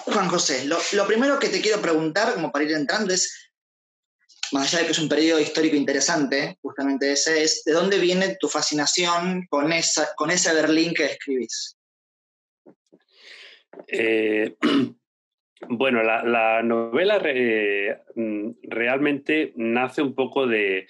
Juan José, lo primero que te quiero preguntar, como para ir entrando, es, más allá de que es un periodo histórico interesante, justamente ese, es ¿de dónde viene tu fascinación con ese Berlín que describís? Eh, bueno, la novela realmente nace un poco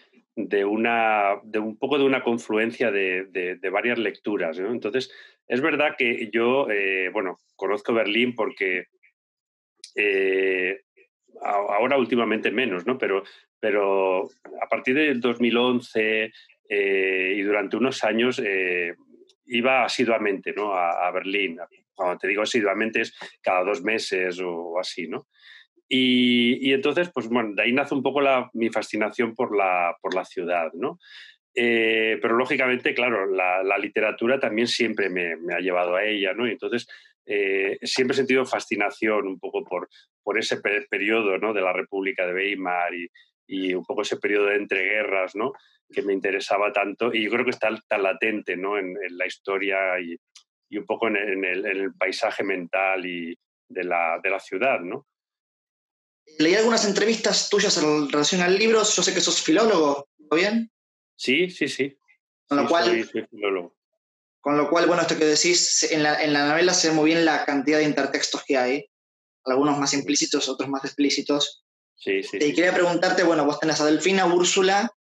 de una confluencia de varias lecturas, ¿no? Entonces, es verdad que yo, bueno, conozco Berlín porque eh, ahora últimamente menos, ¿no? Pero a partir del 2011 y durante unos años iba asiduamente, ¿no? a Berlín. Cuando te digo asiduamente es cada 2 meses o así, ¿no? Y entonces, pues bueno, de ahí nace un poco mi fascinación por la ciudad, ¿no? Pero lógicamente, claro, la literatura también siempre me ha llevado a ella, ¿no? Y entonces siempre he sentido fascinación un poco por ese periodo, ¿no? De la República de Weimar y un poco ese periodo de entreguerras, ¿no? Que me interesaba tanto y yo creo que está tan latente, ¿no? En la historia y un poco en el paisaje mental y de la ciudad, ¿no? Leí algunas entrevistas tuyas en relación al libro, yo sé que sos filólogo, ¿todo bien? Sí, sí, sí. Con lo Sí, cual, soy filólogo. bueno, esto que decís, en la novela se ve muy bien la cantidad de intertextos que hay, algunos más implícitos, otros más explícitos. Sí, sí, Y sí. quería preguntarte, bueno, vos tenés a Delfina, a Úrsula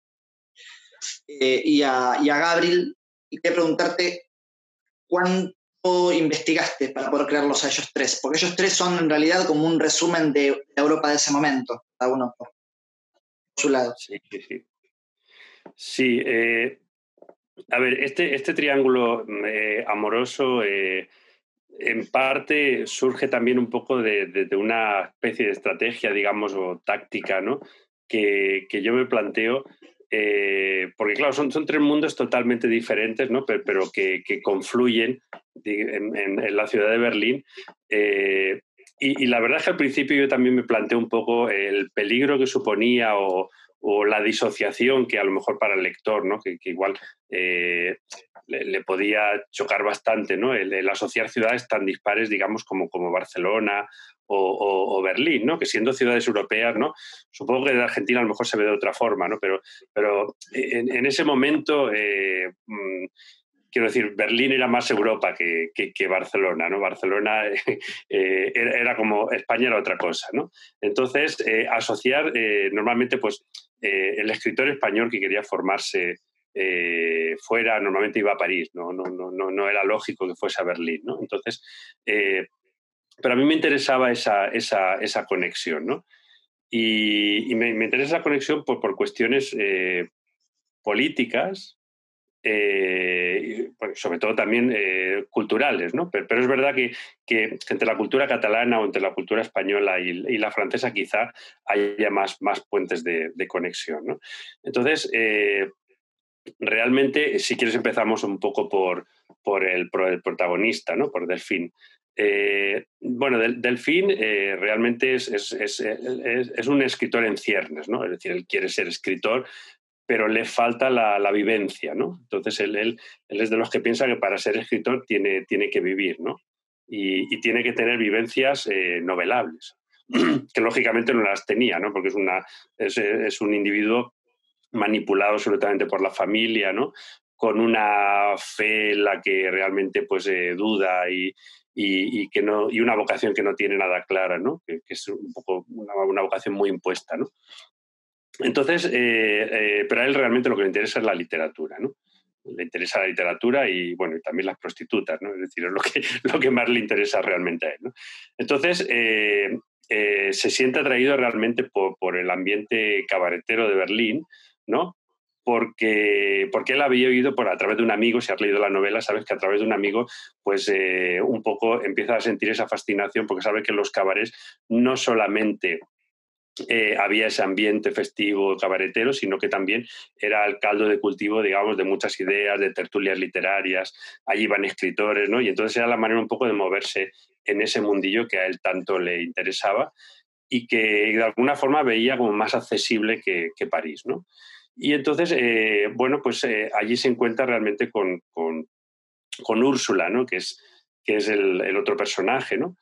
y a Gabriel, y quería preguntarte cuánto investigaste para poder crearlos a ellos tres, porque ellos tres son en realidad como un resumen de la Europa de ese momento, cada uno por su lado. Sí, sí, sí. Sí, a ver, este triángulo amoroso en parte surge también un poco de una especie de estrategia, digamos, o táctica, ¿no? Que yo me planteo, porque claro, son tres mundos totalmente diferentes, ¿no? Pero que confluyen en la ciudad de Berlín. eh, y la verdad es que al principio yo también me planteé un poco el peligro que suponía o la disociación que a lo mejor para el lector, ¿no? Que igual le podía chocar bastante, ¿no? El asociar ciudades tan dispares, digamos, como Barcelona o Berlín, ¿no? Que siendo ciudades europeas, ¿no? Supongo que en Argentina a lo mejor se ve de otra forma, ¿no? Pero en ese momento, quiero decir, Berlín era más Europa que Barcelona, ¿no? Barcelona era como, España era otra cosa, ¿no? Entonces, asociar, normalmente, pues, el escritor español que quería formarse fuera, normalmente iba a París, no era lógico que fuese a Berlín, ¿no? Entonces, pero a mí me interesaba esa conexión, ¿no? Y me interesa esa conexión por cuestiones políticas, sobre todo también culturales, ¿no? Pero es verdad que entre la cultura catalana o entre la cultura española y la francesa quizá haya más puentes de conexión, ¿no? Entonces, realmente, si quieres, empezamos un poco por el protagonista, ¿no? Por Delfín. Bueno, Delfín realmente es un escritor en ciernes, ¿no? Es decir, él quiere ser escritor, pero le falta la vivencia, ¿no? Entonces, él es de los que piensa que para ser escritor tiene que vivir, ¿no? Y tiene que tener vivencias novelables, que lógicamente no las tenía, ¿no? Porque es un individuo manipulado absolutamente por la familia, ¿no? Con una fe en la que realmente pues duda que no, y una vocación que no tiene nada clara, ¿no? Que es un poco una vocación muy impuesta, ¿no? Entonces, pero a él realmente lo que le interesa es la literatura, ¿no? Le interesa la literatura y, bueno, y también las prostitutas, ¿no? Es decir, es lo que más le interesa realmente a él, ¿no? Entonces, se siente atraído realmente por el ambiente cabaretero de Berlín, ¿no? Porque él había oído a través de un amigo, si has leído la novela, sabes que a través de un amigo, pues un poco empieza a sentir esa fascinación porque sabe que en los cabarets no solamente había ese ambiente festivo cabaretero, sino que también era el caldo de cultivo, digamos, de muchas ideas, de tertulias literarias, allí iban escritores, ¿no? Y entonces era la manera un poco de moverse en ese mundillo que a él tanto le interesaba y que de alguna forma veía como más accesible que París, ¿no? Y entonces, bueno, pues allí se encuentra realmente con Úrsula, ¿no? Que es el otro personaje, ¿no?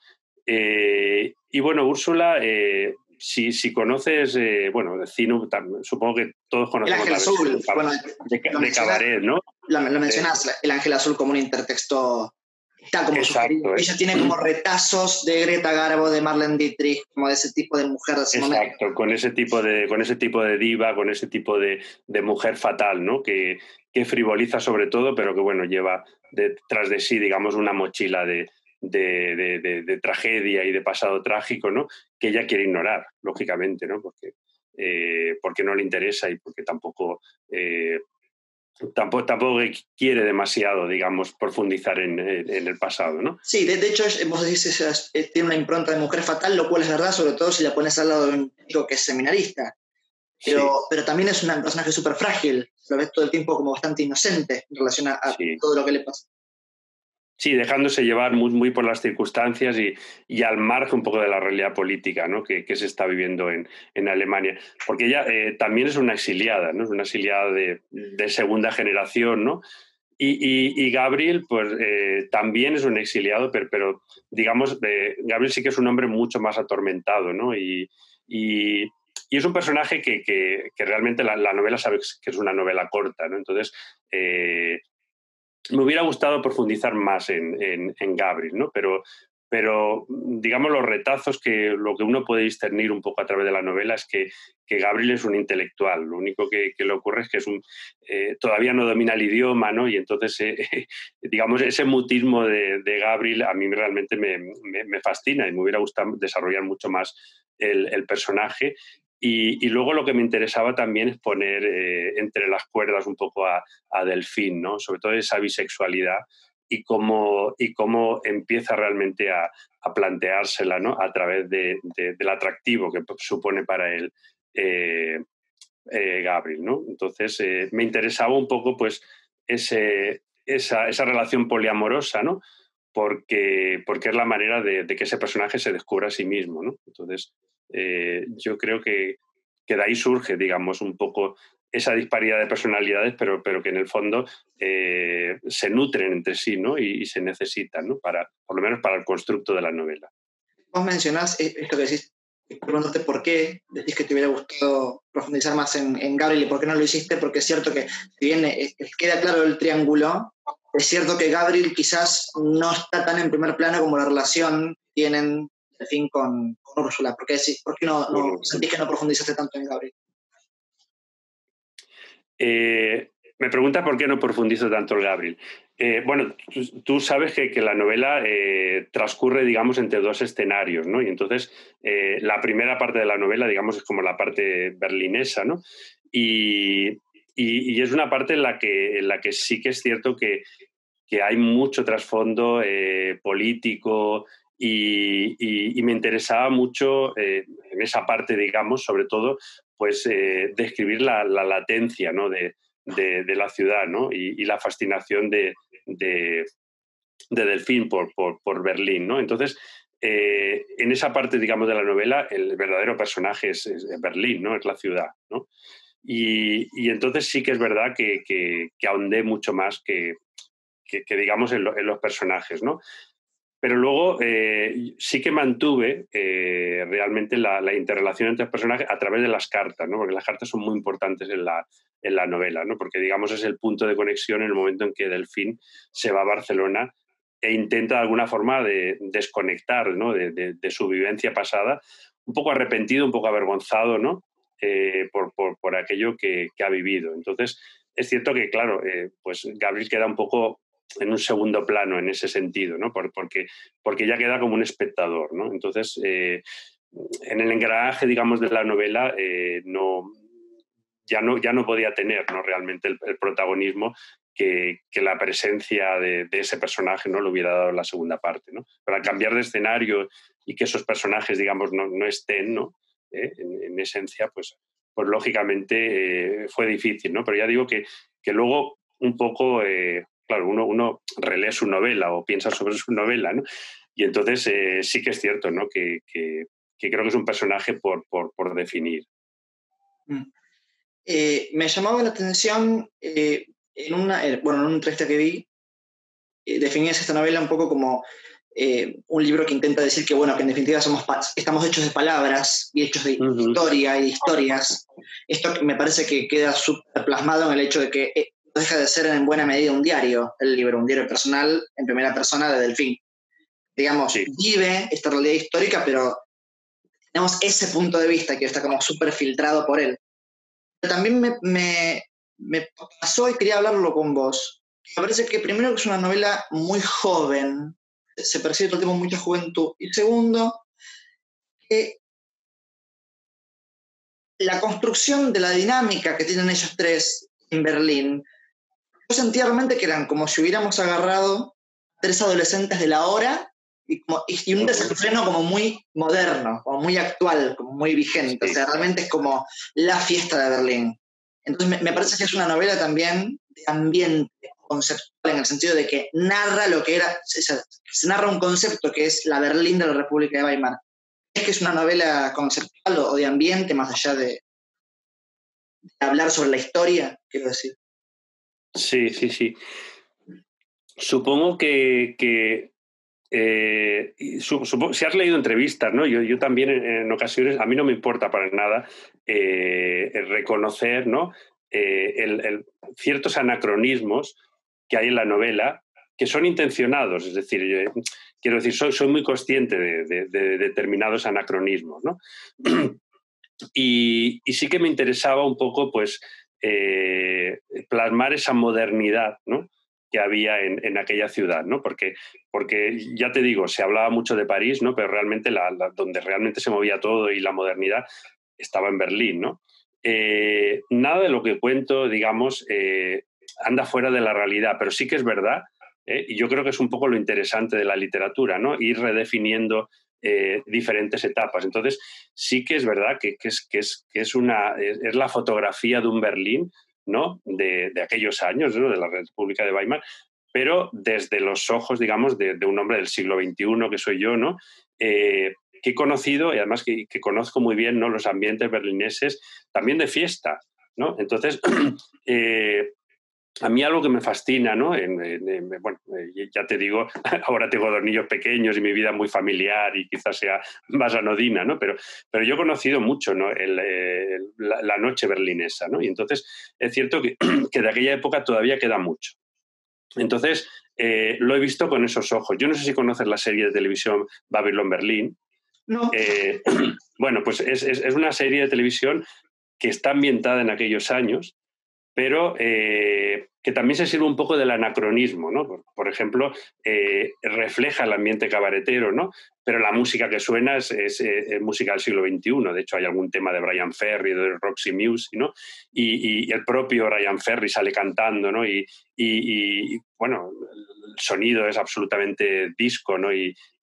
Y bueno, Úrsula, si conoces, bueno, Cino, supongo que todos El conocemos Ángel la versión Azul, bueno, de Cabaret, ¿no? lo mencionás, el Ángel Azul como un intertexto, está como sugerido. Exacto. Ella tiene como retazos de Greta Garbo, de Marlene Dietrich, como de ese tipo de mujer de ese momento. Exacto, con ese tipo de diva, con ese tipo de mujer fatal, ¿no? Que frivoliza sobre todo, pero que bueno, lleva detrás de sí, digamos, una mochila de tragedia y de pasado trágico, ¿no? Que ella quiere ignorar, lógicamente, ¿no? Porque no le interesa y porque tampoco quiere demasiado, digamos, profundizar en el pasado, ¿no? Sí, de hecho, vos decís, tiene una impronta de mujer fatal, lo cual es verdad, sobre todo si la pones al lado de un chico que es seminarista. Sí. Pero también es un personaje súper frágil, lo ves todo el tiempo como bastante inocente en relación a Sí. todo lo que le pasa. Sí, dejándose llevar muy, muy por las circunstancias y al margen un poco de la realidad política, ¿no? que se está viviendo en Alemania. Porque ella también es una exiliada, ¿no? Es una exiliada de segunda generación, ¿no? Y Gabriel, pues también es un exiliado, pero digamos, Gabriel sí que es un hombre mucho más atormentado, ¿no? Y es un personaje que realmente la novela sabe que es una novela corta, ¿no? Entonces, me hubiera gustado profundizar más en Gabriel, ¿no? Pero, digamos, los retazos lo que uno puede discernir un poco a través de la novela es que Gabriel es un intelectual. Lo único que le ocurre es que todavía no domina el idioma, ¿no? Y entonces, digamos, ese mutismo de Gabriel a mí realmente me fascina y me hubiera gustado desarrollar mucho más el personaje. Y luego lo que me interesaba también es poner entre las cuerdas un poco a Delfín, ¿no? Sobre todo esa bisexualidad y cómo empieza realmente a planteársela, ¿no? A través del atractivo que supone para él Gabriel, ¿no? Entonces me interesaba un poco pues esa relación poliamorosa, ¿no? Porque es la manera de que ese personaje se descubra a sí mismo, ¿no? Entonces yo creo que de ahí surge, digamos, un poco esa disparidad de personalidades, pero que en el fondo se nutren entre sí, ¿no? Y se necesitan, ¿no? Por lo menos para el constructo de la novela. Vos mencionás esto que decís, preguntaste por qué, decís que te hubiera gustado profundizar más en Gabriel y por qué no lo hiciste, porque es cierto que si bien queda claro el triángulo, es cierto que Gabriel quizás no está tan en primer plano como la relación que tienen al fin con Úrsula. ¿Por qué no sentís que no profundizaste tanto en Gabriel? Me pregunta por qué no profundizo tanto el Gabriel. Bueno, tú sabes que la novela transcurre, digamos, entre dos escenarios, ¿no? Y entonces la primera parte de la novela, digamos, es como la parte berlinesa, ¿no? Y es una parte en la que sí que es cierto que hay mucho trasfondo político y me interesaba mucho en esa parte, digamos, sobre todo, pues describir la latencia, ¿no? de la ciudad, ¿no? Y la fascinación de Delfín por Berlín, ¿no? Entonces, en esa parte, digamos, de la novela, el verdadero personaje es Berlín, ¿no? Es la ciudad, ¿no? Y entonces sí que es verdad que ahondé mucho más que digamos, en los personajes, ¿no? Pero luego sí que mantuve realmente la interrelación entre los personajes a través de las cartas, ¿no? Porque las cartas son muy importantes en la novela, ¿no? Porque, digamos, es el punto de conexión en el momento en que Delfín se va a Barcelona e intenta de alguna forma de desconectar, ¿no? de su vivencia pasada, un poco arrepentido, un poco avergonzado, ¿no? Por aquello que ha vivido. Entonces, es cierto que, claro, pues Gabriel queda un poco en un segundo plano en ese sentido, ¿no? Porque ya queda como un espectador, ¿no? Entonces, en el engranaje, digamos, de la novela, ya no podía tener, ¿no? Realmente el protagonismo que la presencia de ese personaje no le hubiera dado en la segunda parte, ¿no? Para cambiar de escenario y que esos personajes, digamos, no estén, ¿no? En esencia, pues lógicamente fue difícil, ¿no? Pero ya digo que luego un poco claro, uno relee su novela o piensa sobre su novela, ¿no? Y entonces sí que es cierto, ¿no? Que creo que es un personaje por definir. Me llamaba la atención en una entrevista que vi, definías esta novela un poco como un libro que intenta decir que, bueno, que en definitiva estamos hechos de palabras y hechos de historia y de historias. Esto me parece que queda súper plasmado en el hecho de que deja de ser en buena medida un diario, el libro, un diario personal en primera persona de Delfín. Digamos, Sí. vive esta realidad histórica, pero tenemos ese punto de vista que está como súper filtrado por él. Pero también me pasó y quería hablarlo con vos. Me parece que primero que es una novela muy joven, se percibe todo el tiempo mucha juventud, y segundo, que la construcción de la dinámica que tienen ellos tres en Berlín, yo sentía realmente que eran como si hubiéramos agarrado tres adolescentes de la hora y un desenfreno como muy moderno, como muy actual, como muy vigente. Sí. O sea, realmente es como la fiesta de Berlín. Entonces me parece que es una novela también de ambiente conceptual, en el sentido de que narra lo que era, se narra un concepto que es la Berlín de la República de Weimar. ¿Es que es una novela conceptual o de ambiente, más allá de hablar sobre la historia, quiero decir? Sí, sí, sí. Supongo que si has leído entrevistas, ¿no? Yo también en ocasiones, a mí no me importa para nada reconocer, ¿no? Ciertos anacronismos que hay en la novela que son intencionados, es decir, quiero decir, soy muy consciente de determinados anacronismos, ¿no? Y sí que me interesaba un poco, pues, plasmar esa modernidad, ¿no?, que había en aquella ciudad, ¿no? Porque ya te digo, se hablaba mucho de París, ¿no? Pero realmente donde realmente se movía todo y la modernidad estaba en Berlín, ¿no? Nada de lo que cuento, digamos, anda fuera de la realidad, pero sí que es verdad, y yo creo que es un poco lo interesante de la literatura, ¿no? Ir redefiniendo diferentes etapas. Entonces, sí que es verdad que es la fotografía de un Berlín, ¿no? de aquellos años, ¿no? De la República de Weimar, pero desde los ojos, digamos, de un hombre del siglo XXI, que soy yo, ¿no? Que he conocido y además que conozco muy bien, ¿no?, los ambientes berlineses, también de fiesta, ¿no? Entonces, a mí algo que me fascina, ¿no? Bueno, ya te digo, ahora tengo dos niños pequeños y mi vida es muy familiar y quizás sea más anodina, ¿no? Pero yo he conocido mucho, ¿no?, la noche berlinesa, ¿no? Y entonces es cierto que de aquella época todavía queda mucho. Entonces, lo he visto con esos ojos. Yo no sé si conoces la serie de televisión Babylon Berlin. No. Bueno, pues es una serie de televisión que está ambientada en aquellos años, pero que también se sirve un poco del anacronismo, ¿no? Por ejemplo, refleja el ambiente cabaretero, ¿no? Pero la música que suena es música del siglo XXI. De hecho, hay algún tema de Brian Ferry, de Roxy Music, ¿no? Y el propio Brian Ferry sale cantando, ¿no? Y bueno, el sonido es absolutamente disco, ¿no?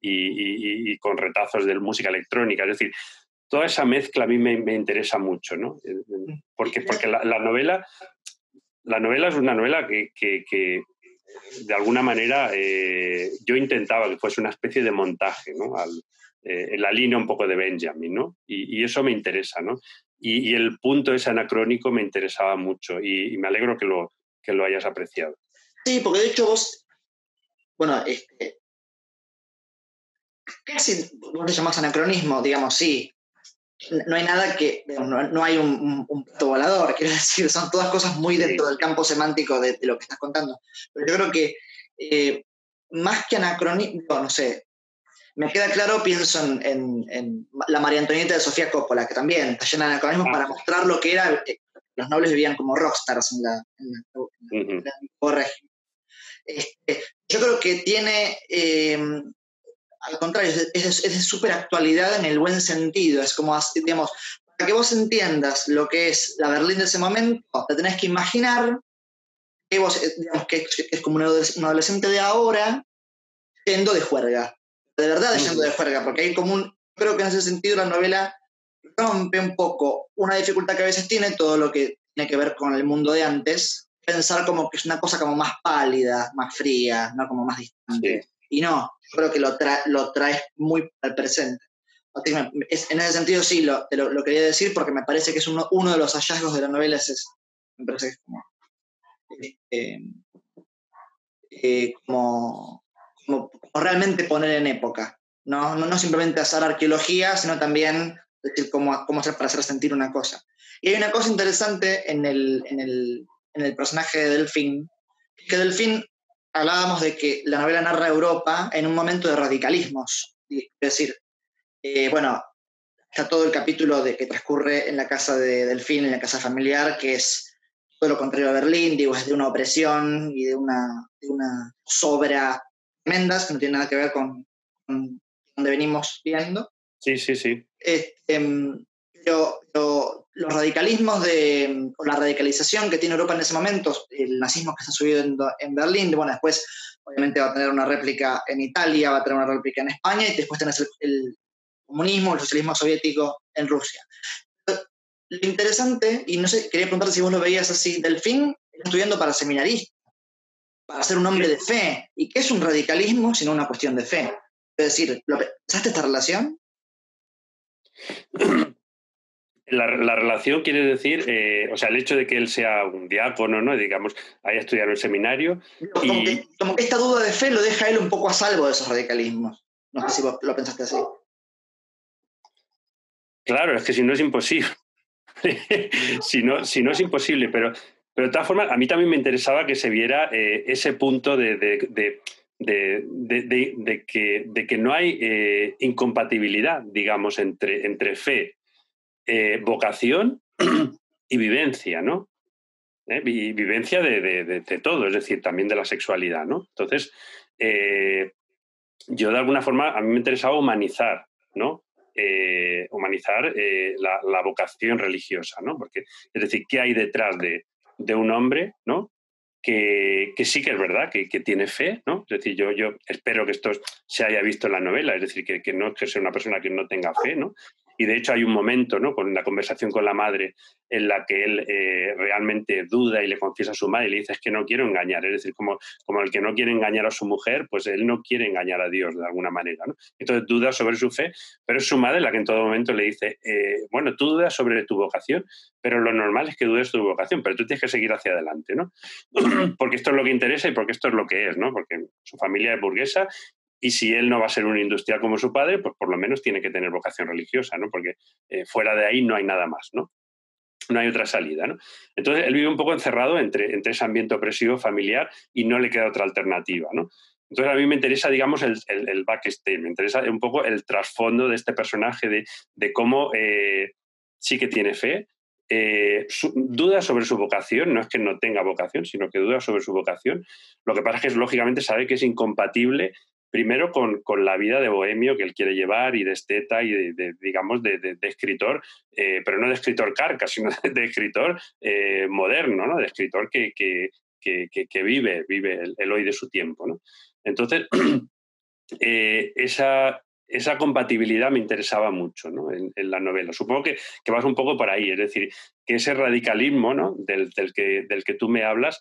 Y con retazos de música electrónica. Es decir, toda esa mezcla a mí me interesa mucho, ¿no? Porque la novela es una novela que de alguna manera yo intentaba que fuese una especie de montaje, ¿no? En la línea un poco de Benjamin, ¿no? Y eso me interesa, ¿no? Y el punto ese anacrónico me interesaba mucho y me alegro que lo hayas apreciado. Sí, porque de hecho vos, bueno, casi vos le llamás anacronismo, digamos, sí. No hay nada que, no hay un plato volador, quiero decir, son todas cosas muy dentro del campo semántico de lo que estás contando. Pero yo creo que más que anacronismo, no sé, me queda claro, pienso en la María Antonieta de Sofía Coppola, que también está llena de anacronismos para mostrar lo que era, los nobles vivían como rockstars en la régimen. Yo creo que tiene, al contrario, es de súper actualidad en el buen sentido, es como, digamos, para que vos entiendas lo que es la Berlín de ese momento, te tenés que imaginar que vos, digamos, que es como un adolescente de ahora yendo de juerga, de verdad yendo de juerga, porque hay como creo que en ese sentido la novela rompe un poco una dificultad que a veces tiene todo lo que tiene que ver con el mundo de antes, pensar como que es una cosa como más pálida, más fría, no como más distante. Sí. Y no, yo creo que lo traes muy al presente. En ese sentido sí, lo quería decir porque me parece que es uno de los hallazgos de la novela, es eso. Me parece que es como como realmente poner en época, no simplemente hacer arqueología, sino también decir cómo hacer para hacer sentir una cosa. Y hay una cosa interesante en el personaje de Delfín, que Delfín hablábamos de que la novela narra Europa en un momento de radicalismos, es decir, bueno, está todo el capítulo que transcurre en la casa de Delfín, en la casa familiar, que es todo lo contrario a Berlín, digo, es de una opresión y de una sobra tremendas, que no tiene nada que ver con donde venimos viendo. Sí, sí, sí. Pero los radicalismos o la radicalización que tiene Europa en ese momento, el nazismo que está subiendo en Berlín, bueno, después obviamente va a tener una réplica en Italia, va a tener una réplica en España, y después tenés el comunismo, el socialismo soviético en Rusia. Lo interesante, y no sé, quería preguntarte si vos lo veías así, Delfín está estudiando para seminarista, para ser un hombre de fe. ¿Y qué es un radicalismo sino una cuestión de fe? Es decir, ¿pensaste esta relación? La relación quiere decir, o sea, el hecho de que él sea un diácono, ¿no? Digamos, haya estudiado en el seminario. Como que esta duda de fe lo deja a él un poco a salvo de esos radicalismos. No sé si vos lo pensaste así. Claro, es que si no es imposible. si no es imposible, pero de todas formas, a mí también me interesaba que se viera ese punto de que no hay incompatibilidad, digamos, entre fe, vocación y vivencia, ¿no? Vivencia de todo, es decir, también de la sexualidad, ¿no? Entonces, yo de alguna forma, a mí me interesaba humanizar, ¿no? Humanizar la vocación religiosa, ¿no? Porque, es decir, ¿qué hay detrás de un hombre, ¿no? Que sí que es verdad, que tiene fe, ¿no? Es decir, yo espero que esto se haya visto en la novela, es decir, que no es que sea una persona que no tenga fe, ¿no? Y de hecho hay un momento, ¿no? Con la conversación con la madre en la que él realmente duda y le confiesa a su madre y le dice es que no quiero engañar, es decir, como el que no quiere engañar a su mujer, pues él no quiere engañar a Dios de alguna manera, ¿no? Entonces duda sobre su fe, pero es su madre la que en todo momento le dice, bueno, tú dudas sobre tu vocación, pero lo normal es que dudes de tu vocación, pero tú tienes que seguir hacia adelante, ¿no? Porque esto es lo que interesa y porque esto es lo que es, ¿no? Porque su familia es burguesa y si él no va a ser un industrial como su padre, pues por lo menos tiene que tener vocación religiosa, ¿no? Porque fuera de ahí no hay nada más, ¿no? No hay otra salida, ¿no? Entonces él vive un poco encerrado entre ese ambiente opresivo familiar y no le queda otra alternativa, ¿no? Entonces a mí me interesa, digamos, el backstage, me interesa un poco el trasfondo de este personaje, de cómo sí que tiene fe, duda sobre su vocación, no es que no tenga vocación, sino que duda sobre su vocación. Lo que pasa es que lógicamente sabe que es incompatible primero con la vida de bohemio que él quiere llevar y de esteta y digamos, de escritor, pero no de escritor carca, sino de escritor moderno, ¿no? De escritor que vive el hoy de su tiempo, ¿no? Entonces, esa compatibilidad me interesaba mucho, ¿no? en la novela. Supongo que vas un poco por ahí, es decir, que ese radicalismo, ¿no? del que tú me hablas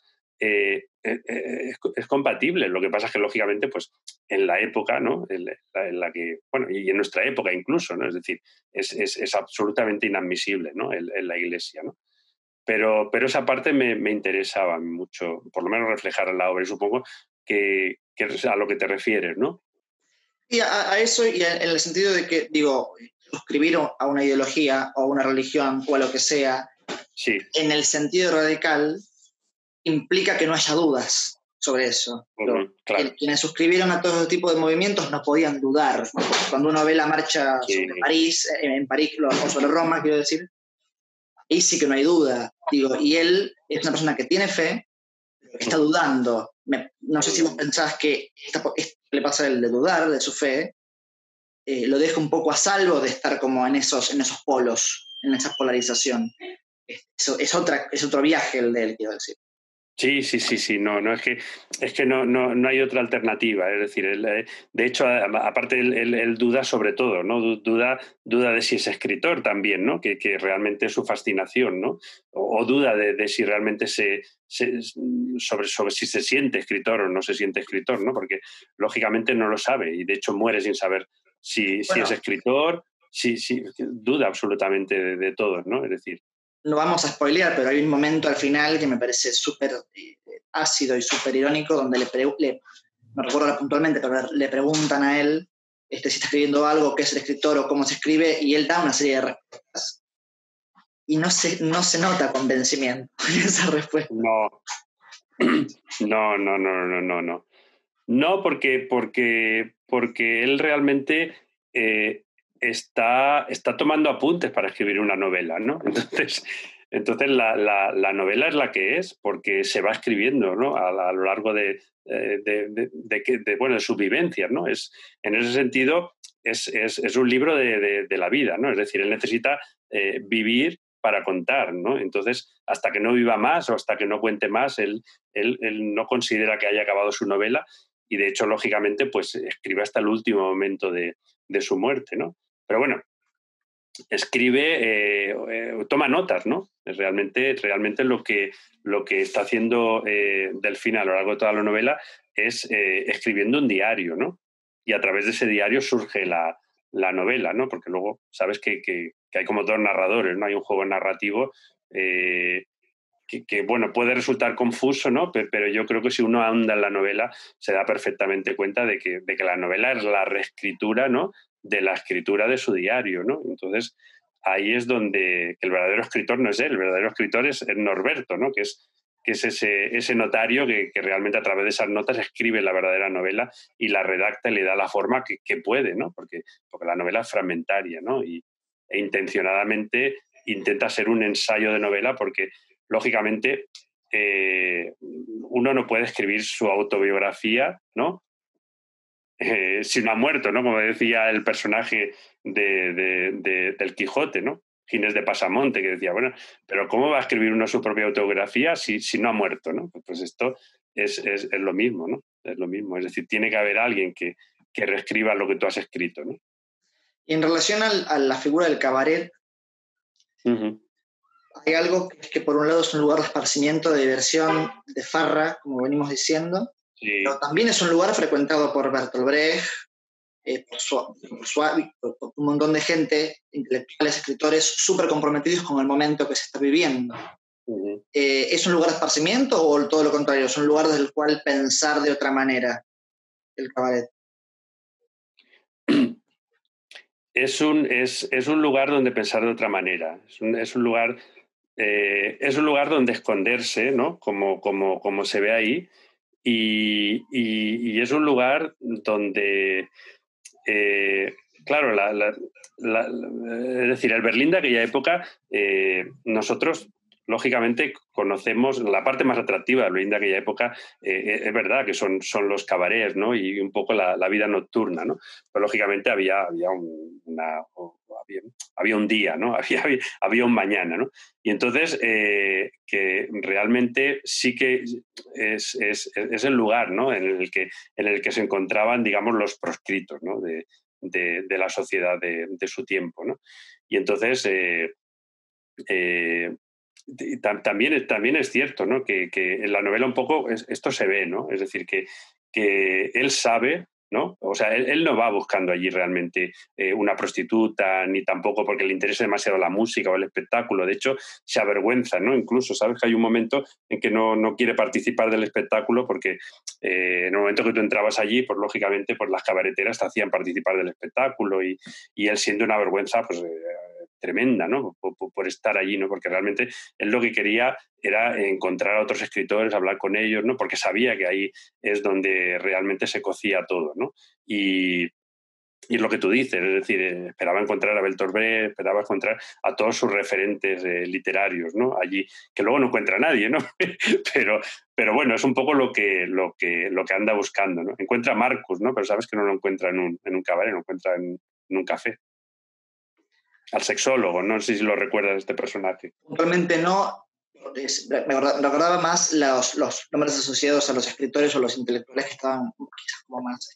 es compatible. Lo que pasa es que, lógicamente, pues en la época, ¿no? en la que, bueno, y en nuestra época incluso, ¿no? Es decir, es absolutamente inadmisible, ¿no? en la Iglesia, ¿no? Pero esa parte me interesaba mucho, por lo menos reflejar en la obra, y supongo que es a lo que te refieres, ¿no? Y a eso, y en el sentido de que, digo, suscribir a una ideología o a una religión o a lo que sea, Sí. en el sentido radical, implica que no haya dudas sobre eso. Claro. Quienes suscribieron a todo tipo de movimientos no podían dudar. Cuando uno ve la marcha sobre París, en París o sobre Roma, quiero decir, ahí sí que no hay duda. Digo, y él es una persona que tiene fe, pero que está dudando. No sé si vos pensás que esto le pasa el de dudar de su fe, lo deja un poco a salvo de estar como en esos polos, en esa polarización. Eso es otro viaje el de él, quiero decir. Sí, no, es que no hay otra alternativa, es decir, de hecho, aparte él duda sobre todo, ¿no? Duda de si es escritor también, ¿no? Que realmente es su fascinación, ¿no? O duda de si realmente sobre si se siente escritor o no se siente escritor, ¿no? Porque lógicamente no lo sabe y de hecho muere sin saber si es escritor, sí, duda absolutamente de todo, ¿no? Es decir, no vamos a spoilear, pero hay un momento al final que me parece súper ácido y súper irónico donde no recuerdo ahora puntualmente, pero le preguntan a él si está escribiendo algo, qué es el escritor o cómo se escribe, y él da una serie de respuestas. Y no se nota convencimiento en esa respuesta. No, no. No, porque él realmente está tomando apuntes para escribir una novela, ¿no? Entonces la novela es la que es, porque se va escribiendo, ¿no? A lo largo de sus vivencias, ¿no? En ese sentido, es un libro de la vida, ¿no? Es decir, él necesita vivir para contar, ¿no? Entonces, hasta que no viva más o hasta que no cuente más, él no considera que haya acabado su novela, y de hecho, lógicamente, pues escribe hasta el último momento de su muerte, ¿no? Pero bueno, escribe, toma notas, ¿no? Realmente lo que está haciendo Delfín a lo largo de toda la novela es escribiendo un diario, ¿no? Y a través de ese diario surge la novela, ¿no? Porque luego sabes que hay como dos narradores, ¿no? Hay un juego narrativo que, bueno, puede resultar confuso, ¿no? Pero yo creo que si uno anda en la novela se da perfectamente cuenta de que la novela es la reescritura, ¿no? De la escritura de su diario, ¿no? Entonces, ahí es donde el verdadero escritor no es él, el verdadero escritor es Norberto, ¿no? Que es ese notario que realmente a través de esas notas escribe la verdadera novela y la redacta y le da la forma que puede, ¿no? Porque la novela es fragmentaria, ¿no? E intencionadamente intenta ser un ensayo de novela porque, lógicamente, uno no puede escribir su autobiografía, ¿no? Si no ha muerto, ¿no? Como decía el personaje del Quijote, ¿no? Ginés de Pasamonte, que decía, bueno, pero ¿cómo va a escribir uno su propia autobiografía si no ha muerto, ¿no? Pues esto es lo mismo, ¿no? Es lo mismo. Es decir, tiene que haber alguien que reescriba lo que tú has escrito, ¿no? Y en relación a la figura del cabaret, Uh-huh. hay algo que por un lado es un lugar de esparcimiento, de diversión, de farra, como venimos diciendo, Sí. pero también es un lugar frecuentado por Bertolt Brecht, por un montón de gente, intelectuales, escritores, súper comprometidos con el momento que se está viviendo. Uh-huh. ¿Es un lugar de esparcimiento o todo lo contrario? ¿Es un lugar desde el cual pensar de otra manera el cabaret? Es un lugar donde pensar de otra manera. Es un lugar donde esconderse, ¿no? Como se ve ahí. Y es un lugar donde, claro, es decir, el Berlín de aquella época, nosotros, lógicamente, conocemos la parte más atractiva del Berlín de aquella época, es verdad que son los cabarets, ¿no? Y un poco la vida nocturna, ¿no? Pero lógicamente había un día, ¿no? Había un mañana, ¿no? Y entonces, que realmente sí que es el lugar, ¿no? en el que se encontraban, digamos, los proscritos, ¿no? de la sociedad de su tiempo, ¿no? Y entonces, también es cierto, ¿no? que en la novela un poco esto se ve, ¿no? Es decir, que él sabe, ¿no? O sea, él no va buscando allí realmente una prostituta, ni tampoco porque le interese demasiado la música o el espectáculo. De hecho, se avergüenza, ¿no? Incluso, ¿sabes? Que hay un momento en que no quiere participar del espectáculo porque en el momento que tú entrabas allí, pues lógicamente pues las cabareteras te hacían participar del espectáculo y él siente una vergüenza, pues tremenda, ¿no? Por estar allí, ¿no? Porque realmente él lo que quería era encontrar a otros escritores, hablar con ellos, ¿no? Porque sabía que ahí es donde realmente se cocía todo, ¿no? Y es lo que tú dices, es decir, esperaba encontrar a Bertolt Brecht, esperaba encontrar a todos sus referentes literarios, ¿no? Allí, que luego no encuentra a nadie, ¿no? pero bueno, es un poco lo que anda buscando, ¿no? Encuentra a Marcus, ¿no? Pero sabes que no lo encuentra en un cabaret, lo encuentra en un café. Al sexólogo, no sé si lo recuerdas este personaje. Puntualmente no. Me recordaba más los nombres asociados a los escritores o los intelectuales que estaban quizás como más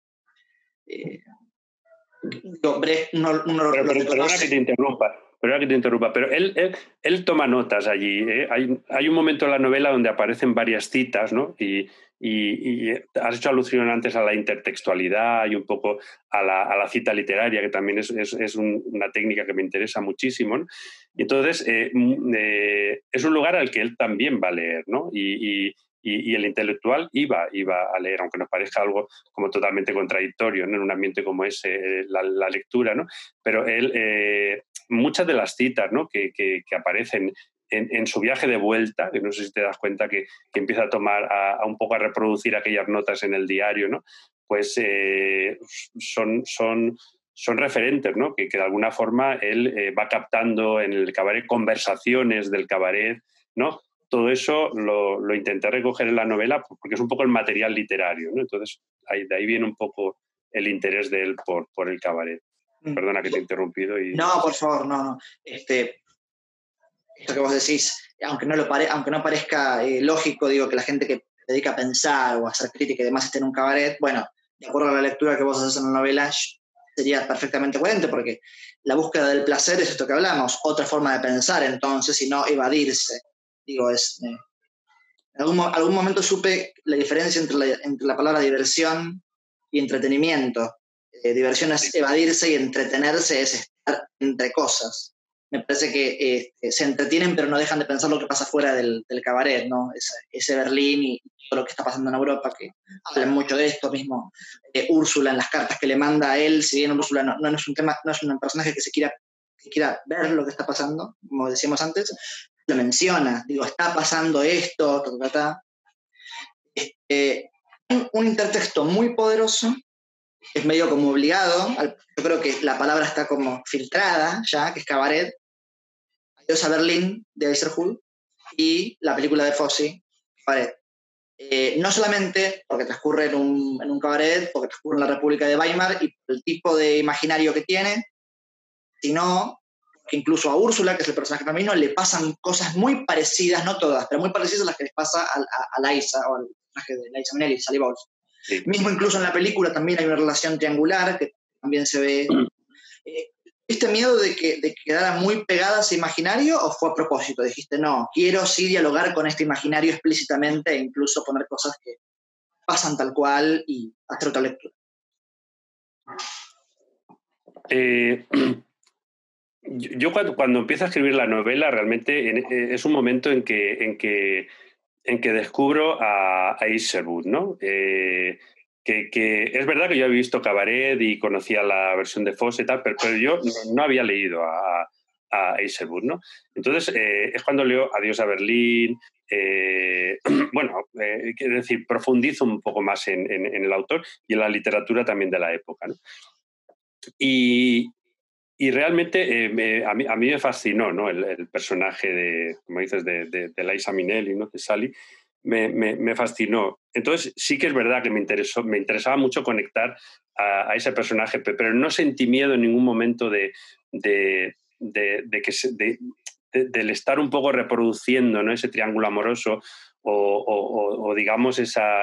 Brecht Perdona que te interrumpa, pero él toma notas allí. Hay un momento en la novela donde aparecen varias citas, ¿no? Y has hecho alusión antes a la intertextualidad y un poco a la cita literaria, que también es una técnica que me interesa muchísimo, ¿no? Y entonces es un lugar al que él también va a leer, ¿no? Y y el intelectual iba a leer, aunque nos parezca algo como totalmente contradictorio, ¿no? En un ambiente como ese, la lectura, ¿no? Pero él, muchas de las citas, ¿no? que aparecen en su viaje de vuelta, que no sé si te das cuenta que empieza a tomar, a un poco a reproducir aquellas notas en el diario, ¿no? Pues son referentes, ¿no? Que de alguna forma él va captando en el cabaret conversaciones del cabaret, ¿no? Todo eso lo intenté recoger en la novela porque es un poco el material literario, ¿no? Entonces, de ahí viene un poco el interés de él por el cabaret. Perdona que te he interrumpido. No, por favor, no. Esto que vos decís, aunque no parezca lógico, digo, que la gente que se dedica a pensar o a hacer crítica y demás esté en un cabaret, bueno, de acuerdo a la lectura que vos haces en la novela, sería perfectamente coherente, porque la búsqueda del placer es esto que hablamos, otra forma de pensar entonces, y no evadirse. Digo, en algún momento supe la diferencia entre la palabra diversión y entretenimiento. Diversión es evadirse y entretenerse es estar entre cosas. Me parece que se entretienen pero no dejan de pensar lo que pasa fuera del cabaret, ¿no? Ese Berlín y todo lo que está pasando en Europa, que hablan mucho de esto mismo. Úrsula en las cartas que le manda a él, si bien Úrsula no es un personaje que quiera ver lo que está pasando, como decíamos antes, lo menciona, digo, está pasando esto, un intertexto muy poderoso, es medio como obligado, yo creo que la palabra está como filtrada ya, que es cabaret, Adiós a Berlín, de Eiserhood, y la película de Fosse, cabaret. No solamente porque transcurre en un cabaret, porque transcurre en la República de Weimar y el tipo de imaginario que tiene, sino que incluso a Úrsula, que es el personaje femenino, le pasan cosas muy parecidas, no todas, pero muy parecidas a las que les pasa a Liza, o al personaje de Liza Minnelli, Sally Bowles. Sí. Mismo incluso en la película también hay una relación triangular que también se ve. ¿Tuviste miedo de que quedara muy pegada a ese imaginario o fue a propósito? Dijiste, no, quiero sí dialogar con este imaginario explícitamente e incluso poner cosas que pasan tal cual y hacer otra lectura. Yo cuando empiezo a escribir la novela realmente es un momento en que descubro a Isherwood, ¿no? Que es verdad que yo había visto Cabaret y conocía la versión de Fosse y tal, pero yo no había leído a Isherwood, ¿no? Entonces es cuando leo Adiós a Berlín, bueno, quiero decir, profundizo un poco más en el autor y en la literatura también de la época, ¿no? Y realmente a mí me fascinó, ¿no? el personaje de, como dices, de Liza Minnelli, ¿no? De Sally, me fascinó. Entonces sí que es verdad que me interesaba mucho conectar a ese personaje, pero no sentí miedo en ningún momento del estar un poco reproduciendo, ¿no? Ese triángulo amoroso o digamos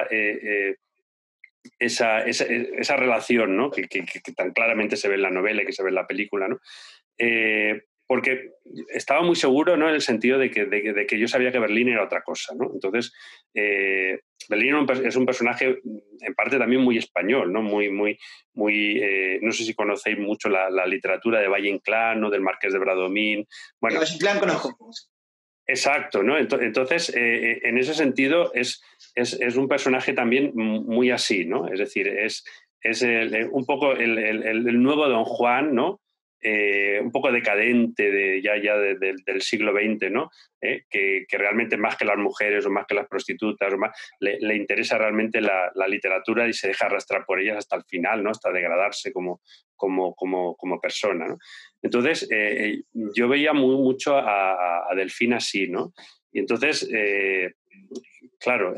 esa relación, ¿no? que tan claramente se ve en la novela y que se ve en la película, ¿no? Porque estaba muy seguro, ¿no? En el sentido de que yo sabía que Berlín era otra cosa, ¿no? Entonces, Berlín es un personaje en parte también muy español, ¿no? No sé si conocéis mucho la literatura de Valle Inclán, ¿no? Del Marqués de Bradomín. Bueno, Valle Inclán conozco. Exacto, ¿no? Entonces, en ese sentido, es un personaje también muy así, ¿no? Es decir, es un poco el nuevo Don Juan, ¿no? Un poco decadente del siglo XX, ¿no? Que realmente más que las mujeres o más que las prostitutas o más, le interesa realmente la literatura y se deja arrastrar por ellas hasta el final, ¿no? Hasta degradarse como persona, ¿no? Entonces, yo veía mucho a Delfín así, ¿no? Y entonces, claro,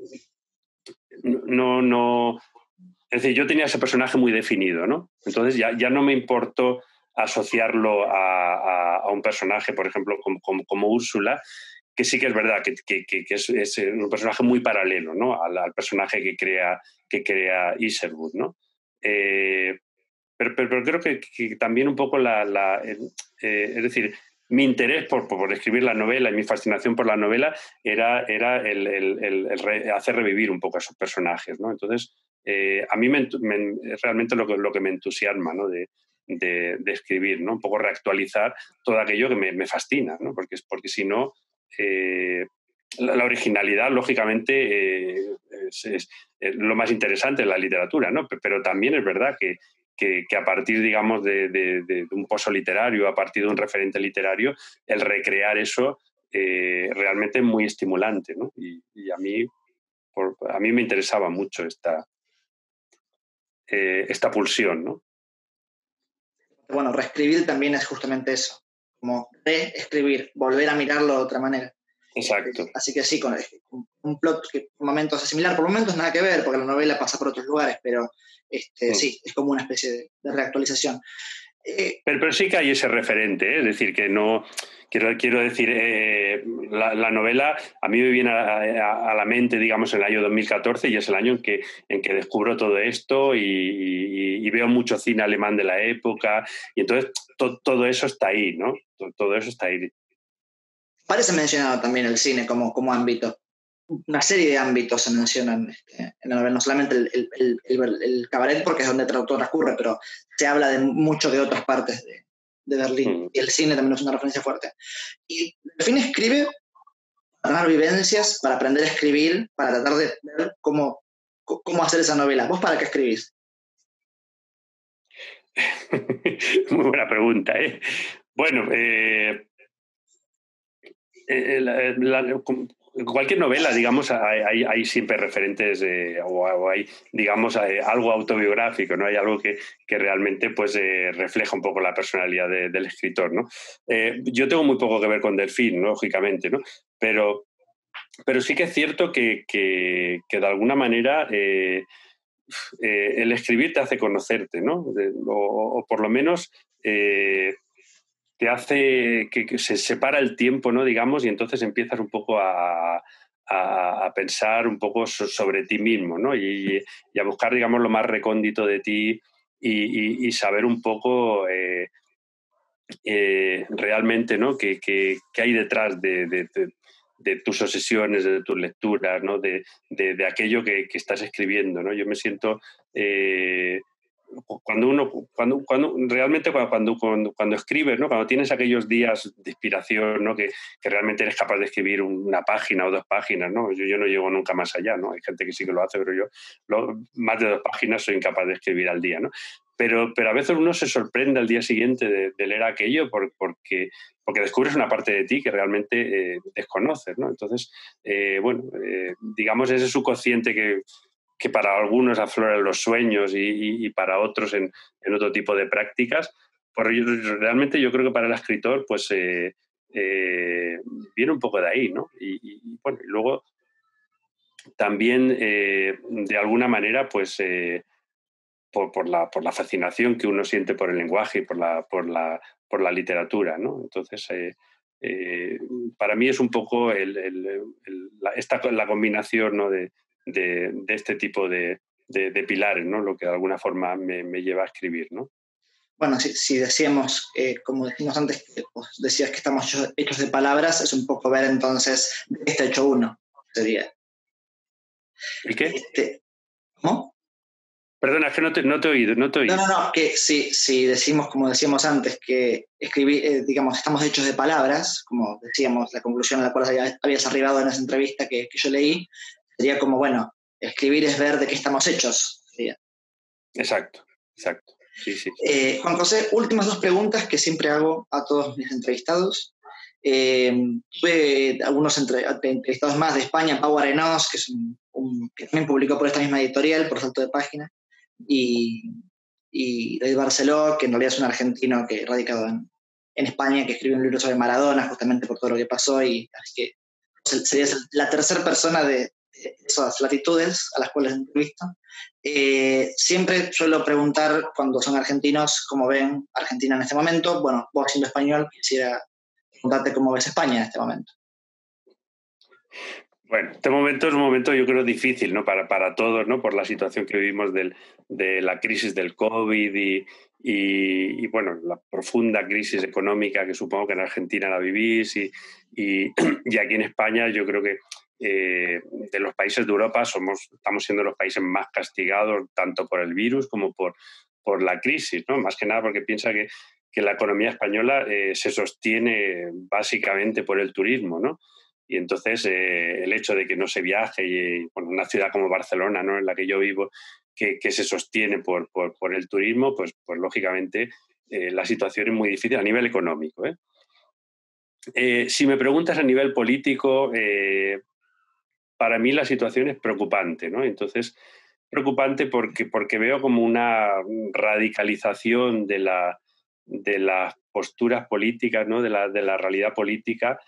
es decir, yo tenía ese personaje muy definido, ¿no? Entonces ya no me importó asociarlo a un personaje, por ejemplo, como Úrsula, que sí que es verdad que es un personaje muy paralelo, ¿no? Al personaje que crea Isherwood, ¿no? Pero creo que también un poco es decir, mi interés por escribir la novela y mi fascinación por la novela era el hacer revivir un poco a esos personajes, ¿no? Entonces, a mí realmente lo que me entusiasma, ¿no? de escribir, ¿no? Un poco reactualizar todo aquello que me fascina, ¿no? Porque si no, la originalidad, lógicamente, es lo más interesante de la literatura, ¿no? Pero también es verdad que a partir, digamos, de un pozo literario, a partir de un referente literario, el recrear eso realmente es muy estimulante, ¿no? Y a mí me interesaba mucho esta pulsión, ¿no? Bueno, reescribir también es justamente eso, como reescribir, volver a mirarlo de otra manera. Exacto. Así que sí, con un plot que por momentos es similar, por momentos nada que ver, porque la novela pasa por otros lugares, pero sí, es como una especie de reactualización. Pero sí que hay ese referente, ¿eh? Es decir, que no. Quiero decir, la novela a mí me viene a la mente, digamos, en el año 2014 y es el año en que descubro todo esto y veo mucho cine alemán de la época y entonces todo eso está ahí, ¿no? Todo eso está ahí. Parece mencionado también el cine como ámbito. Una serie de ámbitos se mencionan en la novela, no solamente el cabaret, porque es donde todo transcurre, pero se habla de mucho de otras partes de Berlín. Y el cine también es una referencia fuerte. Y Delfín escribe para tener vivencias, para aprender a escribir, para tratar de ver cómo hacer esa novela. ¿Vos para qué escribís? Muy buena pregunta, ¿eh? Bueno, cualquier novela, digamos, hay siempre referentes o hay, digamos, algo autobiográfico, ¿no? Hay algo que realmente pues, refleja un poco la personalidad del escritor, ¿no? Yo tengo muy poco que ver con Delfín, ¿no? Lógicamente, ¿no? Pero sí que es cierto que de alguna manera el escribir te hace conocerte, ¿no? O por lo menos te hace que se separa el tiempo, ¿no? Digamos, y entonces empiezas un poco a pensar un poco sobre ti mismo, ¿no? Y a buscar, digamos, lo más recóndito de ti y saber un poco realmente, ¿no? ¿Qué hay detrás de tus obsesiones, de tus lecturas, ¿no? De aquello que estás escribiendo, ¿no? Yo me siento cuando realmente cuando escribes, ¿no? Cuando tienes aquellos días de inspiración, ¿no? Que realmente eres capaz de escribir una página o dos páginas, ¿no? Yo no llego nunca más allá, ¿no? Hay gente que sí que lo hace, pero yo más de 2 páginas soy incapaz de escribir al día, ¿no? Pero a veces uno se sorprende al día siguiente de leer aquello porque descubres una parte de ti que realmente desconoces, ¿no? Entonces, digamos, ese subconsciente que para algunos aflora en los sueños y para otros en otro tipo de prácticas, pues realmente yo creo que para el escritor pues viene un poco de ahí, ¿no? Bueno, y luego también de alguna manera pues por la fascinación que uno siente por el lenguaje y por la literatura, ¿no? Entonces, para mí es un poco la combinación, ¿no? de este tipo de pilares, ¿no? Lo que de alguna forma me lleva a escribir, ¿no? Bueno, si decíamos, como dijimos antes, que vos decías que estamos hechos de palabras, es un poco ver entonces de qué está hecho uno, sería. ¿El qué? ¿Cómo? Perdona, es que no te he oído, no te he oído. No, que si decimos, como decíamos antes, que escribir, digamos, estamos hechos de palabras, como decíamos, la conclusión a la cual habías arribado en esa entrevista que yo leí, sería como, bueno, escribir es ver de qué estamos hechos. Sería. Exacto. Sí, sí. Juan José, últimas 2 preguntas que siempre hago a todos mis entrevistados. Tuve algunos entrevistados más de España, Pau Arenós, que es que también publicó por esta misma editorial, por salto de página, y David Barceló, que en realidad es un argentino que radicado en España, que escribió un libro sobre Maradona, justamente por todo lo que pasó, y así que sería la tercera persona de esas latitudes a las cuales entrevisto. Siempre suelo preguntar cuando son argentinos cómo ven Argentina en este momento. Bueno, vos siendo español, quisiera preguntarte cómo ves España en este momento. Bueno, este momento es un momento yo creo difícil, ¿no? Para todos, ¿no? Por la situación que vivimos de la crisis del COVID bueno, la profunda crisis económica que supongo que en Argentina la vivís y aquí en España yo creo que de los países de Europa estamos siendo los países más castigados tanto por el virus como por la crisis, ¿no? Más que nada porque piensa que la economía española se sostiene básicamente por el turismo, ¿no? Y entonces el hecho de que no se viaje, y bueno, una ciudad como Barcelona, ¿no?, en la que yo vivo, que se sostiene por el turismo, pues lógicamente la situación es muy difícil a nivel económico, ¿eh? Si me preguntas a nivel político, para mí la situación es preocupante, ¿no? Entonces, preocupante porque veo como una radicalización de las posturas políticas, ¿no?, de la realidad política,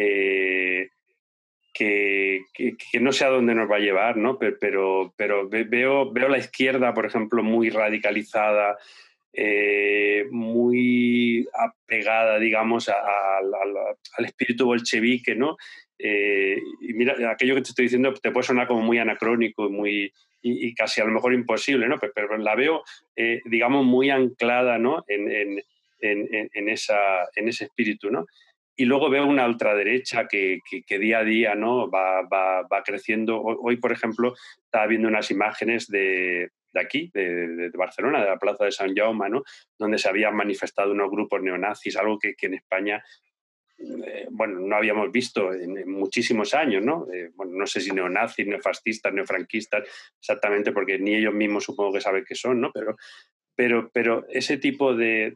que no sé a dónde nos va a llevar, ¿no? Pero veo la izquierda, por ejemplo, muy radicalizada, muy apegada, digamos, al espíritu bolchevique, ¿no? Y mira, aquello que te estoy diciendo te puede sonar como muy anacrónico y casi a lo mejor imposible, ¿no? Pero la veo, digamos, muy anclada, ¿no?, en ese espíritu, ¿no? Y luego veo una ultraderecha que día a día, ¿no?, va creciendo. Hoy, por ejemplo, estaba viendo unas imágenes de aquí, de Barcelona, de la Plaza de Sant Jaume, ¿no?, donde se habían manifestado unos grupos neonazis, algo que en España bueno, no habíamos visto en muchísimos años, ¿no? Bueno, no sé si neonazis, neofascistas, neofranquistas, exactamente, porque ni ellos mismos supongo que saben qué son, ¿no? Pero ese tipo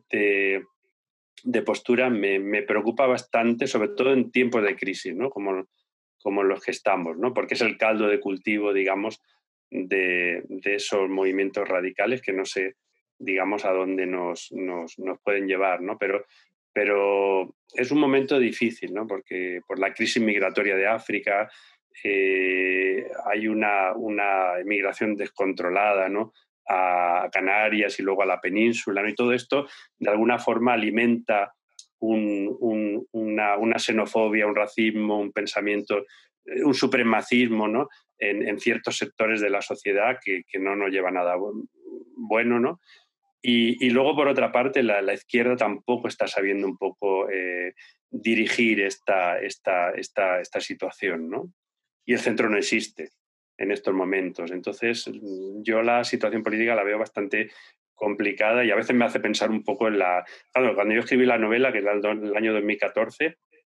de postura me preocupa bastante, sobre todo en tiempos de crisis, ¿no?, como los que estamos, ¿no?, porque es el caldo de cultivo, digamos, de esos movimientos radicales que no sé, digamos, a dónde nos pueden llevar, ¿no? Pero es un momento difícil, ¿no?, porque por la crisis migratoria de África hay una emigración descontrolada, ¿no?, a Canarias y luego a la península, ¿no? Y todo esto de alguna forma alimenta una xenofobia, un racismo, un pensamiento, un supremacismo, ¿no?, en ciertos sectores de la sociedad que no nos lleva a nada bueno, ¿no? Y luego, por otra parte, la izquierda tampoco está sabiendo un poco dirigir esta situación, ¿no? Y el centro no existe en estos momentos. Entonces, yo la situación política la veo bastante complicada y a veces me hace pensar un poco en la... Claro, cuando yo escribí la novela, que era el año 2014,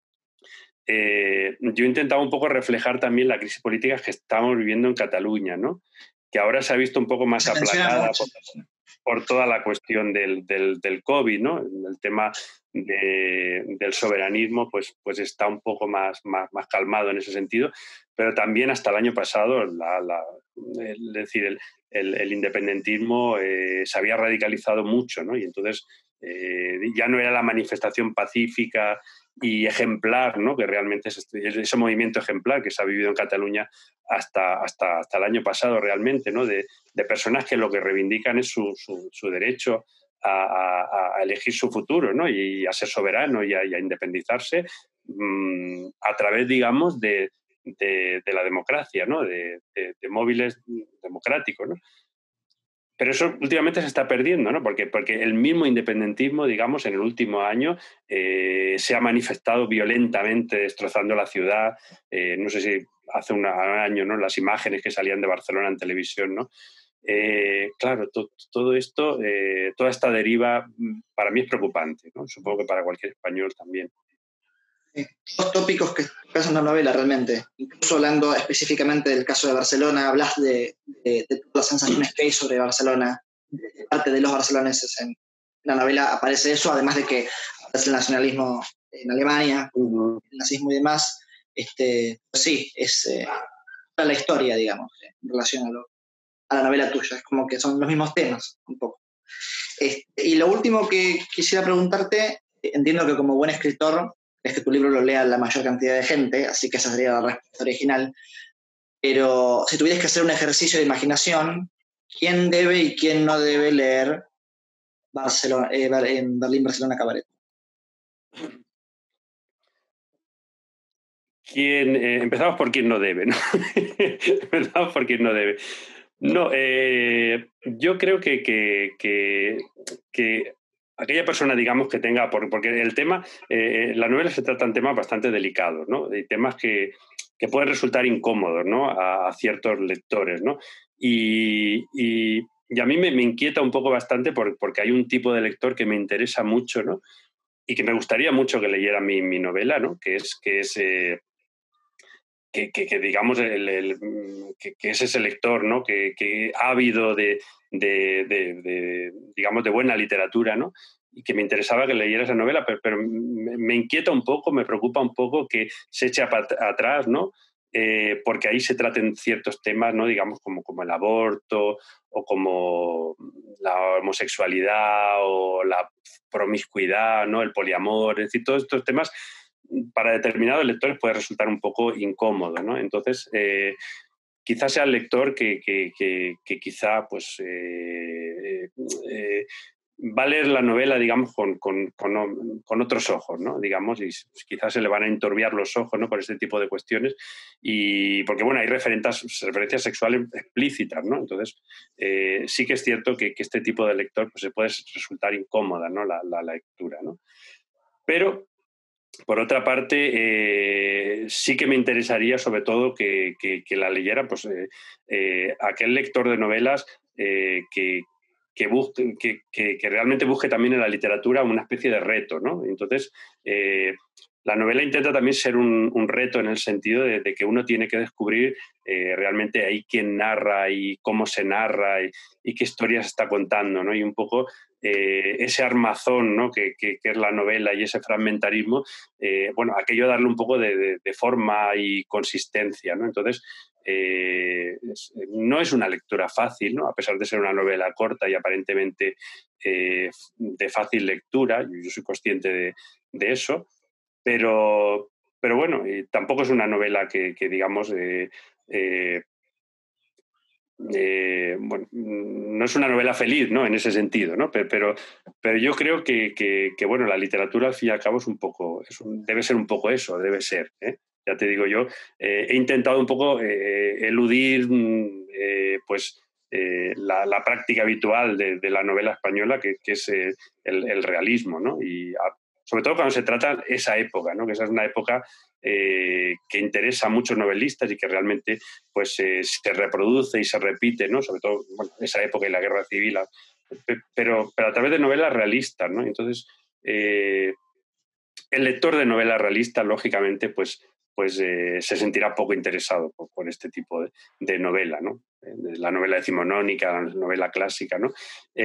yo intentaba un poco reflejar también la crisis política que estamos viviendo en Cataluña, ¿no?, que ahora se ha visto un poco más Se menciona aplacada mucho. por toda la cuestión del COVID, ¿no? El tema del soberanismo pues está un poco más calmado en ese sentido, pero también hasta el año pasado, es decir, el independentismo se había radicalizado mucho, ¿no? Y entonces ya no era la manifestación pacífica y ejemplar, ¿no?, que realmente es ese movimiento ejemplar que se ha vivido en Cataluña hasta el año pasado realmente, ¿no?, de personas que lo que reivindican es su derecho a elegir su futuro, ¿no?, y a ser soberano y a independizarse a través, digamos, de la democracia, ¿no?, de móviles democráticos, ¿no? Pero eso últimamente se está perdiendo, ¿no? Porque el mismo independentismo, digamos, en el último año se ha manifestado violentamente destrozando la ciudad. No sé si hace un año, ¿no?, las imágenes que salían de Barcelona en televisión, ¿no? Claro, todo esto, toda esta deriva, para mí es preocupante, ¿no? Supongo que para cualquier español también. Dos tópicos que tocas en la novela realmente. Incluso hablando específicamente del caso de Barcelona, hablas de todas las sensaciones que hay sobre Barcelona, de parte de los barceloneses. En la novela aparece eso, además de que aparece el nacionalismo en Alemania, el nazismo y demás. Pues sí, es la historia, digamos, en relación a la novela tuya. Es como que son los mismos temas, un poco. Y lo último que quisiera preguntarte, entiendo que como buen escritor es que tu libro lo lea la mayor cantidad de gente, así que esa sería la respuesta original, pero si tuvieras que hacer un ejercicio de imaginación, ¿quién debe y quién no debe leer en Berlín, Barcelona, Cabaret? Empezamos por quién no debe, ¿no? Empezamos por quién no debe. No, yo creo que aquella persona, digamos, que tenga, porque el tema, la novela se tratan temas bastante delicados, ¿no? Y temas que pueden resultar incómodos, ¿no?, a ciertos lectores, ¿no? Y a mí me inquieta un poco bastante porque hay un tipo de lector que me interesa mucho, ¿no?, y que me gustaría mucho que leyera mi novela, ¿no?, que es que digamos, que es ese lector, ¿no? Que ávido digamos, de buena literatura, ¿no? Y que me interesaba que leyera esa novela, pero me inquieta un poco, me preocupa un poco que se eche atrás, ¿no? Porque ahí se traten ciertos temas, ¿no? Digamos, como el aborto o como la homosexualidad o la promiscuidad, ¿no? El poliamor, es decir, todos estos temas para determinados lectores puede resultar un poco incómodo, ¿no? Entonces, quizás sea el lector que quizá pues, va a leer la novela, digamos, con otros ojos, ¿no? Digamos, y quizás se le van a enturbiar los ojos, ¿no? Por este tipo de cuestiones. Y porque, bueno, hay referencias sexuales explícitas, ¿no? Entonces, sí que es cierto que este tipo de lector pues, se puede resultar incómoda, ¿no? La lectura, ¿no? Pero por otra parte, sí que me interesaría sobre todo que la leyera pues, aquel lector de novelas que realmente busque también en la literatura una especie de reto, ¿no? Entonces, la novela intenta también ser un reto en el sentido de que uno tiene que descubrir realmente ahí quién narra y cómo se narra y qué historias está contando, ¿no? Y un poco ese armazón, ¿no? que es la novela y ese fragmentarismo, bueno, aquello darle un poco de forma y consistencia, ¿no? Entonces, no es una lectura fácil, ¿no? A pesar de ser una novela corta y aparentemente de fácil lectura, yo soy consciente de eso, pero bueno, tampoco es una novela que digamos, eh, bueno, no es una novela feliz, ¿no? En ese sentido, ¿no? Pero yo creo que, bueno, la literatura al fin y al cabo es un poco, debe ser un poco eso, debe ser, ¿eh? Ya te digo yo, he intentado un poco eludir, pues, la práctica habitual de la novela española, que es el realismo, ¿no? Y sobre todo cuando se trata esa época, ¿no? Que esa es una época que interesa a muchos novelistas y que realmente pues se reproduce y se repite, ¿no? Sobre todo, bueno, esa época y la guerra civil, pero a través de novelas realistas, ¿no? Entonces, el lector de novelas realistas, lógicamente, pues se sentirá poco interesado por este tipo de novela, ¿no? La novela decimonónica, la novela clásica, ¿no?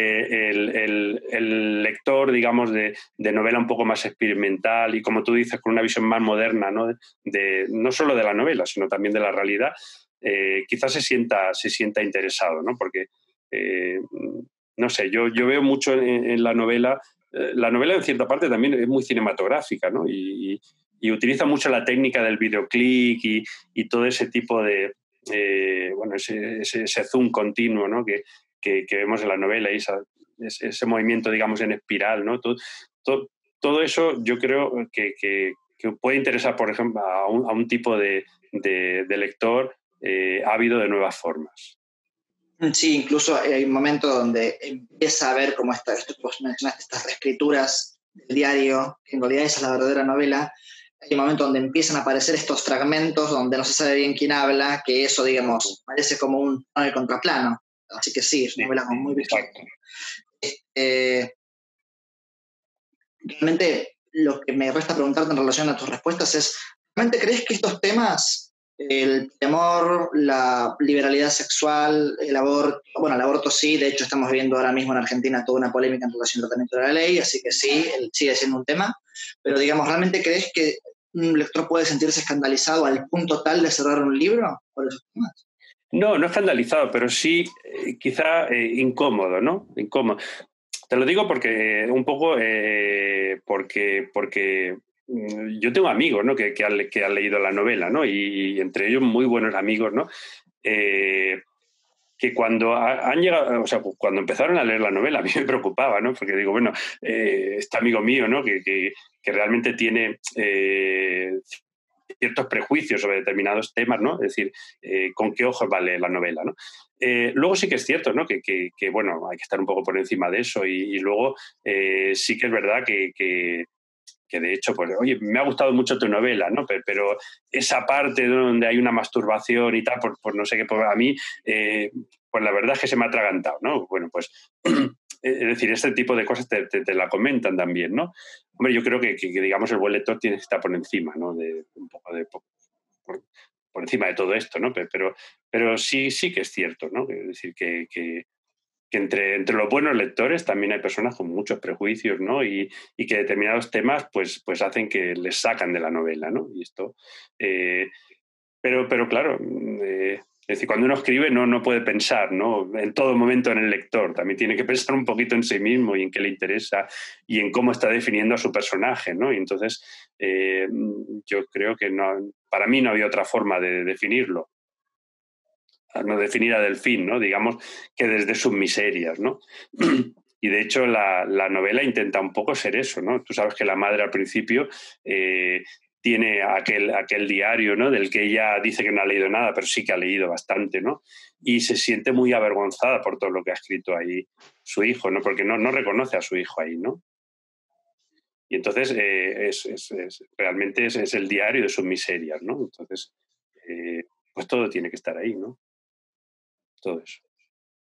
El lector, digamos, de novela un poco más experimental y, como tú dices, con una visión más moderna, ¿no? No solo de la novela, sino también de la realidad, quizás se sienta interesado, ¿no? Porque, no sé, yo veo mucho en la novela en cierta parte también es muy cinematográfica, ¿no? Y utiliza mucho la técnica del videoclip y todo ese tipo de, bueno, ese zoom continuo, ¿no? Que vemos en la novela y ese movimiento, digamos, en espiral, ¿no? Todo eso yo creo que puede interesar, por ejemplo, a un tipo de lector ávido de nuevas formas. Sí, incluso hay un momento donde empieza a ver como esto que vos mencionaste, estas reescrituras del diario, que en realidad esa es la verdadera novela. Hay un momento donde empiezan a aparecer estos fragmentos donde no se sabe bien quién habla, que eso, digamos, parece como un contraplano. Así que sí, es una novela como muy vigente. Realmente lo que me resta preguntarte en relación a tus respuestas es, ¿realmente crees que estos temas, el temor, la liberalidad sexual, el aborto, bueno, el aborto sí, de hecho estamos viendo ahora mismo en Argentina toda una polémica en relación al tratamiento de la ley, así que sí, sigue siendo un tema, pero digamos, ¿realmente crees que un lector puede sentirse escandalizado al punto tal de cerrar un libro por esos temas? No, no escandalizado, pero sí quizá incómodo, ¿no? Incómodo. Te lo digo porque un poco porque yo tengo amigos, ¿no? que han leído la novela, ¿no? Y entre ellos muy buenos amigos, ¿no? Que cuando han llegado, o sea, cuando empezaron a leer la novela, a mí me preocupaba, ¿no? Porque digo, bueno, este amigo mío, ¿no? Que realmente tiene ciertos prejuicios sobre determinados temas, ¿no? Es decir, con qué ojos va a leer la novela, ¿no? Luego sí que es cierto, ¿no? Que, bueno, hay que estar un poco por encima de eso y luego sí que es verdad que de hecho, pues, oye, me ha gustado mucho tu novela, ¿no? Pero esa parte donde hay una masturbación y tal, por no sé qué, a mí, pues la verdad es que se me ha atragantado, ¿no? Bueno, pues, es decir, este tipo de cosas te la comentan también, ¿no? Hombre, yo creo que, digamos, el buen lector tiene que estar por encima, ¿no? De un poco de... por encima de todo esto, ¿no? Pero sí, sí que es cierto, ¿no? Es decir, que entre los buenos lectores también hay personas con muchos prejuicios, ¿no? Y que determinados temas pues hacen que les sacan de la novela, ¿no? Y esto, pero claro, es decir, cuando uno escribe no puede pensar, ¿no? En todo momento en el lector, también tiene que pensar un poquito en sí mismo y en qué le interesa y en cómo está definiendo a su personaje, ¿no? Y entonces yo creo que para mí no había otra forma de definirlo, no definir a Delfín, ¿no? Digamos que desde sus miserias, ¿no? Y de hecho la novela intenta un poco ser eso, ¿no? Tú sabes que la madre al principio tiene aquel diario, ¿no? Del que ella dice que no ha leído nada, pero sí que ha leído bastante, ¿no? Y se siente muy avergonzada por todo lo que ha escrito ahí su hijo, ¿no? Porque no reconoce a su hijo ahí, ¿no? Y entonces realmente es el diario de sus miserias, ¿no? Entonces, pues todo tiene que estar ahí, ¿no? Todo eso.